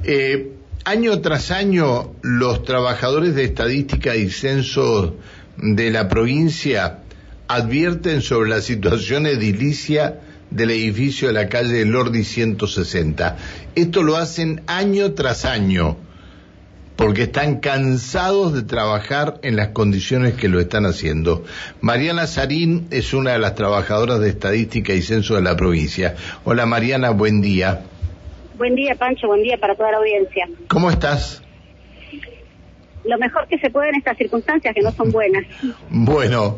Año tras año, los trabajadores de estadística y censo de la provincia advierten sobre la situación edilicia del edificio de la calle Lordi 160. Esto lo hacen año tras año, porque están cansados de trabajar en las condiciones que lo están haciendo. Mariana Sarín es una de las trabajadoras de estadística y censo de la provincia. Hola Mariana, buen día. Buen día, Pancho, buen día para toda la audiencia. ¿Cómo estás? Lo mejor que se puede en estas circunstancias, que no son buenas. Bueno,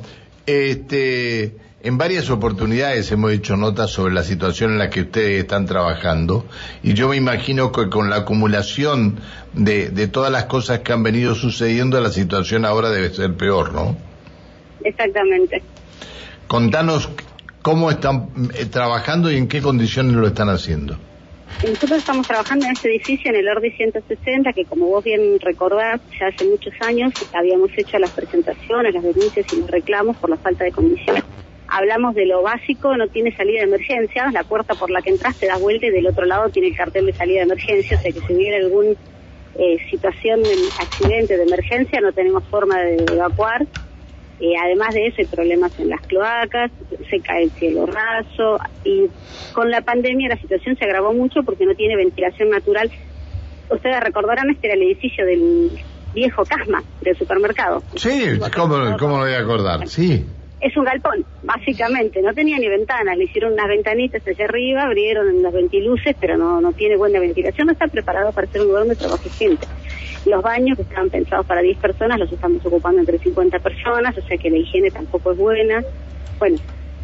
en varias oportunidades hemos hecho notas sobre la situación en la que ustedes están trabajando, y yo me imagino que con la acumulación de todas las cosas que han venido sucediendo, la situación ahora debe ser peor, ¿no? Exactamente. Contanos cómo están trabajando y en qué condiciones lo están haciendo. Nosotros estamos trabajando en este edificio, en el Lordi 160, que como vos bien recordás, ya hace muchos años habíamos hecho las presentaciones, las denuncias y los reclamos por la falta de condiciones. Hablamos de lo básico, no tiene salida de emergencia, la puerta por la que entras te das vuelta y del otro lado tiene el cartel de salida de emergencia, o sea que si hubiera alguna situación de accidente, de emergencia, no tenemos forma de evacuar. Además de eso hay problemas en las cloacas, se cae el cielo raso, y con la pandemia la situación se agravó mucho porque no tiene ventilación natural. Ustedes recordarán, este era el edificio del viejo Casma, del supermercado. Sí, ¿cómo lo voy a acordar? Sí. Es un galpón, básicamente, no tenía ni ventanas, le hicieron unas ventanitas hacia arriba, abrieron las ventiluces, pero no tiene buena ventilación, no está preparado para ser un lugar donde trabaje gente. Los baños, que estaban pensados para 10 personas, los estamos ocupando entre 50 personas, o sea que la higiene tampoco es buena. Bueno,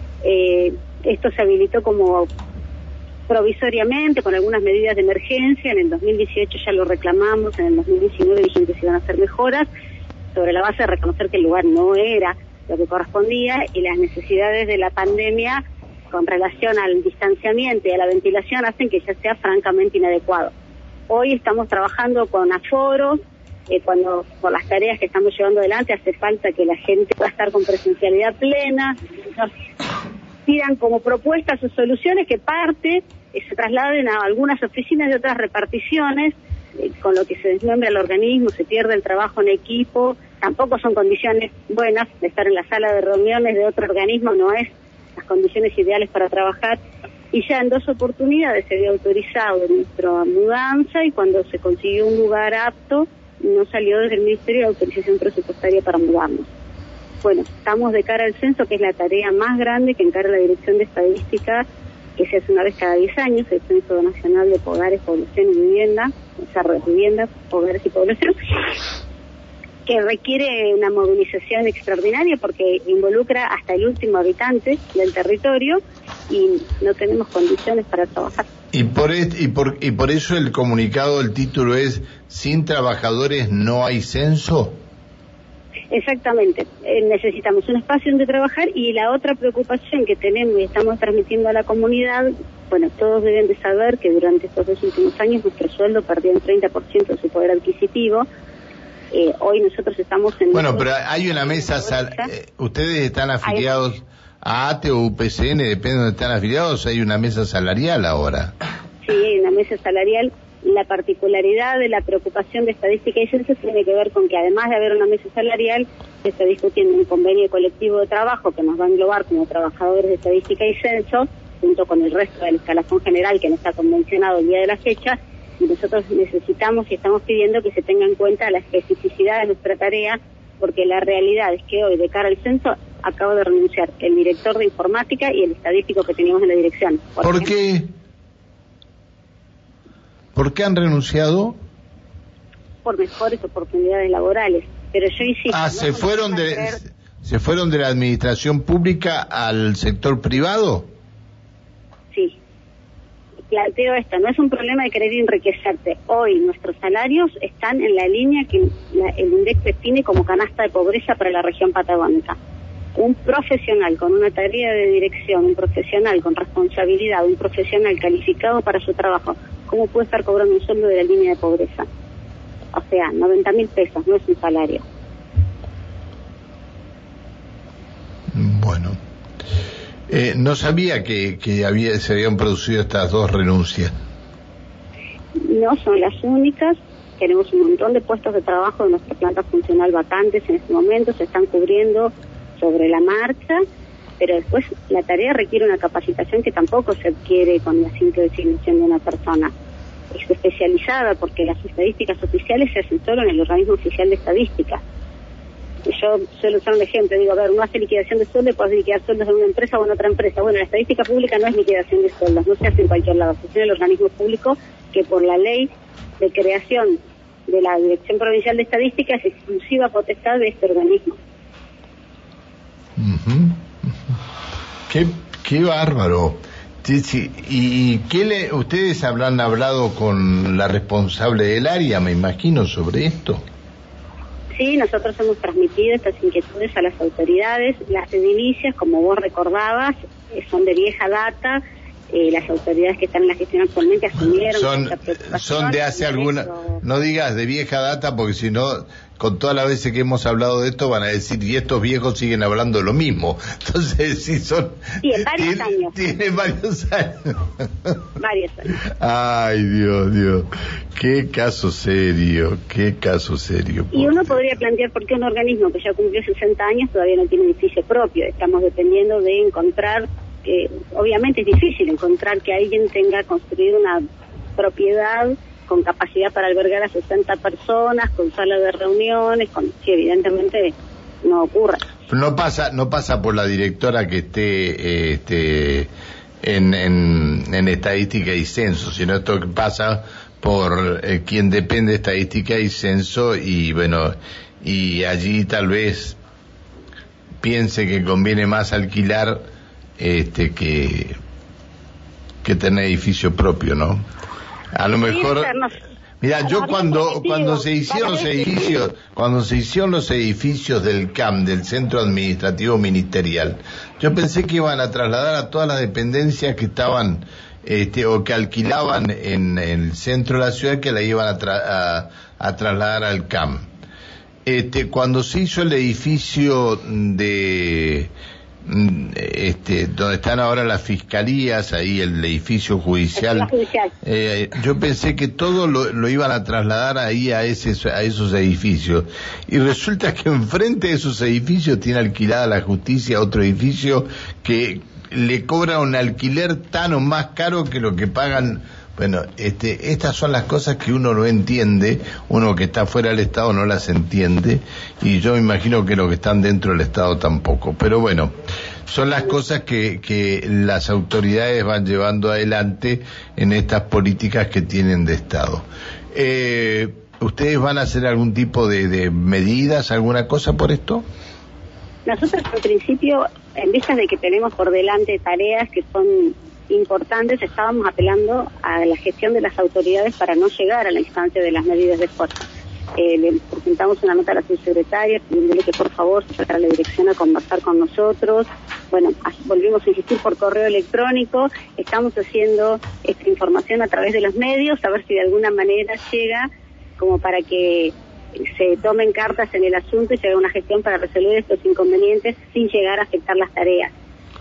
esto se habilitó como provisoriamente, con algunas medidas de emergencia. En el 2018 ya lo reclamamos, en el 2019 dijimos que se iban a hacer mejoras, sobre la base de reconocer que el lugar no era lo que correspondía, y las necesidades de la pandemia con relación al distanciamiento y a la ventilación hacen que ya sea francamente inadecuado. Hoy estamos trabajando con aforos, cuando por las tareas que estamos llevando adelante hace falta que la gente pueda estar con presencialidad plena, nos pidan como propuestas o soluciones que parte se trasladen a algunas oficinas de otras reparticiones, con lo que se desmembra el organismo, se pierde el trabajo en equipo, tampoco son condiciones buenas de estar en la sala de reuniones de otro organismo, no es las condiciones ideales para trabajar. Y ya en 2 oportunidades se había autorizado nuestra mudanza, y cuando se consiguió un lugar apto, no salió desde el Ministerio de Autorización Presupuestaria para mudarnos. Bueno, estamos de cara al censo, que es la tarea más grande que encara la Dirección de Estadística, que se hace una vez cada 10 años, el Censo Nacional de Hogares, Población y Vivienda, Desarrollo de Vivienda, Hogares y Población, que requiere una movilización extraordinaria porque involucra hasta el último habitante del territorio y no tenemos condiciones para trabajar. Y por eso el comunicado, el título es "Sin trabajadores no hay censo". Exactamente, necesitamos un espacio donde trabajar, y la otra preocupación que tenemos y estamos transmitiendo a la comunidad, bueno, todos deben de saber que durante estos 2 últimos años nuestro sueldo perdió un 30% de su poder adquisitivo. Hoy nosotros estamos en... Bueno, pero hay una mesa, ustedes están afiliados a ATE o UPCN, depende de donde están afiliados, hay una mesa salarial ahora. Sí, hay una mesa salarial. La particularidad de la preocupación de estadística y censo tiene que ver con que, además de haber una mesa salarial, se está discutiendo un convenio colectivo de trabajo que nos va a englobar como trabajadores de estadística y censo, junto con el resto del escalafón general que no está convencionado el día de la fecha, y nosotros necesitamos y estamos pidiendo que se tenga en cuenta la especificidad de nuestra tarea, porque la realidad es que hoy, de cara al censo, acabo de renunciar el director de informática y el estadístico que teníamos en la dirección. ¿Por qué? ¿Por qué han renunciado? Por mejores oportunidades laborales. Pero yo insisto... ¿Se fueron de la administración pública al sector privado? Sí. Planteo esto, no es un problema de querer enriquecerte. Hoy nuestros salarios están en la línea que el INDEC define como canasta de pobreza para la región patagónica. Un profesional con una tarea de dirección, un profesional con responsabilidad, un profesional calificado para su trabajo, ¿cómo puede estar cobrando un sueldo de la línea de pobreza? O sea, 90.000 pesos, no es un salario. Bueno, no sabía que se habían producido estas 2 renuncias. no son las únicas. Tenemos un montón de puestos de trabajo de nuestra planta funcional vacantes en este momento, se están cubriendo sobre la marcha, pero después la tarea requiere una capacitación que tampoco se adquiere con la simple designación de una persona. Es especializada porque las estadísticas oficiales se hacen solo en el organismo oficial de estadística. Yo suelo usar un ejemplo, digo, a ver, uno hace liquidación de sueldos, puedes liquidar sueldos en una empresa o en otra empresa. Bueno, la estadística pública no es liquidación de sueldos, no se hace en cualquier lado, se hace en el organismo público que por la ley de creación de la Dirección Provincial de Estadística es exclusiva potestad de este organismo. Qué bárbaro. Sí. ¿Y ustedes habrán hablado con la responsable del área, me imagino, sobre esto? Sí, nosotros hemos transmitido estas inquietudes a las autoridades. Las edilicias, como vos recordabas, son de vieja data. Las autoridades que están en la gestión actualmente asumieron son de hace alguna, no digas de vieja data, porque si no, con todas las veces que hemos hablado de esto van a decir, y estos viejos siguen hablando lo mismo. Entonces, si son... Sí, varios años. Tienen varios años. Varios años. Ay, Dios. Qué caso serio. Y uno podría plantear por qué un organismo que ya cumplió 60 años todavía no tiene edificio propio. Estamos dependiendo de encontrar... obviamente es difícil encontrar que alguien tenga construido una propiedad con capacidad para albergar a 60 personas, con sala de reuniones, sí, evidentemente no ocurre. No pasa por la directora que esté en estadística y censo, sino esto pasa por quien depende de estadística y censo, y bueno, y allí tal vez piense que conviene más alquilar que tener edificio propio, ¿no? A lo mejor, mira, yo cuando se hicieron los edificios del CAM, del Centro Administrativo Ministerial, yo pensé que iban a trasladar a todas las dependencias que estaban o que alquilaban en el centro de la ciudad, que la iban a trasladar al CAM. Cuando se hizo el edificio de donde están ahora las fiscalías, ahí el edificio judicial, yo pensé que todo lo iban a trasladar ahí a esos edificios, y resulta que enfrente de esos edificios tiene alquilada la justicia otro edificio que le cobra un alquiler tan o más caro que lo que pagan. Bueno, estas son las cosas que uno no entiende, uno que está fuera del Estado no las entiende, y yo me imagino que los que están dentro del Estado tampoco. Pero bueno, son las cosas que las autoridades van llevando adelante en estas políticas que tienen de Estado. ¿Ustedes van a hacer algún tipo de medidas, alguna cosa por esto? Nosotros, en principio, en vistas de que tenemos por delante tareas que son importantes, estábamos apelando a la gestión de las autoridades para no llegar a la instancia de las medidas de fuerza. Le presentamos una nota a la subsecretaria pidiéndole que por favor se sacara la dirección a conversar con nosotros. Bueno, volvimos a insistir por correo electrónico. Estamos haciendo esta información a través de los medios, a ver si de alguna manera llega como para que se tomen cartas en el asunto y se haga una gestión para resolver estos inconvenientes sin llegar a afectar las tareas.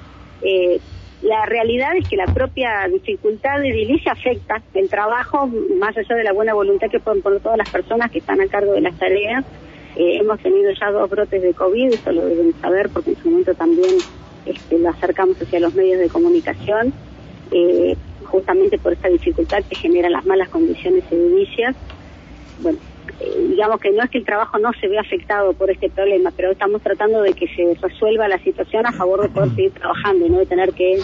La realidad es que la propia dificultad de edilicia afecta el trabajo, más allá de la buena voluntad que pueden poner todas las personas que están a cargo de las tareas. Hemos tenido ya 2 brotes de COVID, eso lo deben saber porque en su momento también lo acercamos hacia los medios de comunicación, justamente por esta dificultad que generan las malas condiciones edilicias. Bueno, digamos que no es que el trabajo no se vea afectado por este problema, pero estamos tratando de que se resuelva la situación a favor de poder seguir trabajando y no de tener que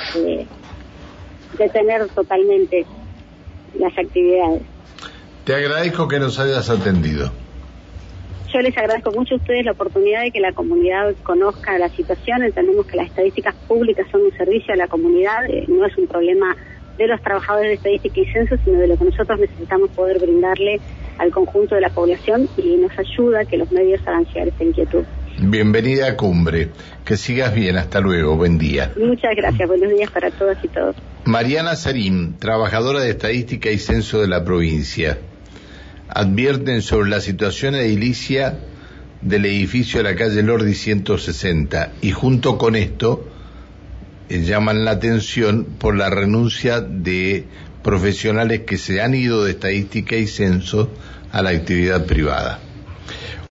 detener totalmente las actividades. Te agradezco que nos hayas atendido. Yo les agradezco mucho a ustedes la oportunidad de que la comunidad conozca la situación. Entendemos que las estadísticas públicas son un servicio a la comunidad, no es un problema de los trabajadores de estadística y censo, sino de lo que nosotros necesitamos poder brindarle al conjunto de la población, y nos ayuda que los medios hagan llegar esta inquietud. Bienvenida a Cumbre, que sigas bien, hasta luego, buen día. Muchas gracias, buenos días para todas y todos. Mariana Sarín, trabajadora de estadística y censo de la provincia, advierten sobre la situación edilicia del edificio de la calle Lordi 160, y junto con esto llaman la atención por la renuncia de profesionales que se han ido de estadística y censo a la actividad privada.